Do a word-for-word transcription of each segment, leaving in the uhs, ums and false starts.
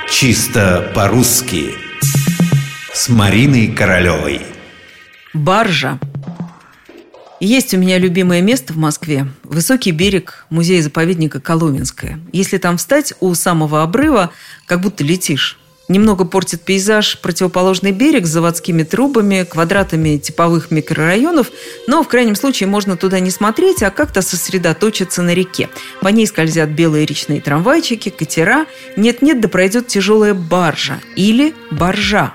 Чисто по-русски с Мариной Королевой. Баржа. Есть у меня любимое место в Москве. Высокий берег музея-заповедника Коломенское. Если там встать у самого обрыва, как будто летишь. Немного портит пейзаж противоположный берег с заводскими трубами, квадратами типовых микрорайонов, но в крайнем случае можно туда не смотреть, а как-то сосредоточиться на реке. По ней скользят белые речные трамвайчики, катера. Нет-нет, да пройдет тяжелая баржа или баржа.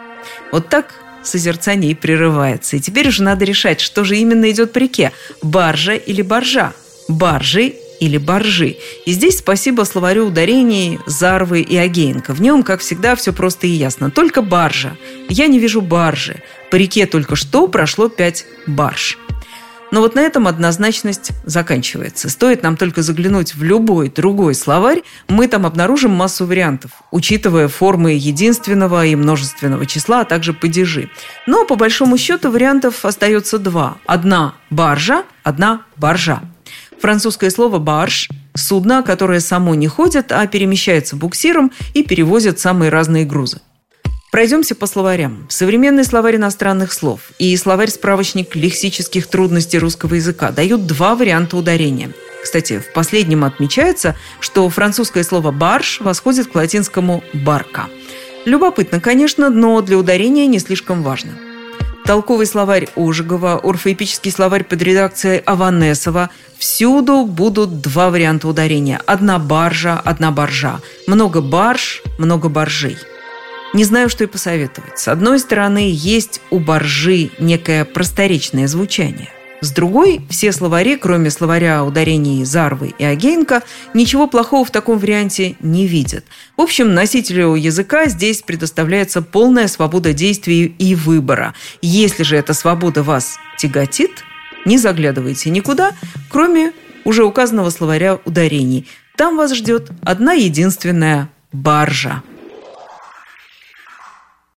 Вот так созерцание и прерывается. И теперь уже надо решать, что же именно идет по реке – баржа или баржа, баржи или баржи. И здесь спасибо словарю ударений Зарвы и Агеенко. В нем, как всегда, все просто и ясно. Только баржа. Я не вижу баржи. По реке только что прошло пять барж. Но вот на этом однозначность заканчивается. Стоит нам только заглянуть в любой другой словарь, мы там обнаружим массу вариантов, учитывая формы единственного и множественного числа, а также падежи. Но, по большому счету, вариантов остается два. Одна баржа, одна баржа. Французское слово «барж» – судно, которое само не ходит, а перемещается буксиром и перевозит самые разные грузы. Пройдемся по словарям. Современный словарь иностранных слов и словарь-справочник лексических трудностей русского языка дают два варианта ударения. Кстати, в последнем отмечается, что французское слово «барж» восходит к латинскому «барка». Любопытно, конечно, но для ударения не слишком важно. Толковый словарь Ожегова, орфоэпический словарь под редакцией Аванесова. Всюду будут два варианта ударения. Одна баржа, одна баржа. Много барж, много баржей. Не знаю, что и посоветовать. С одной стороны, есть у баржи некое просторечное звучание. С другой, все словари, кроме словаря ударений Зарвы и Агеенко, ничего плохого в таком варианте не видят. В общем, носителю языка здесь предоставляется полная свобода действий и выбора. Если же эта свобода вас тяготит, не заглядывайте никуда, кроме уже указанного словаря ударений. Там вас ждет одна единственная баржа.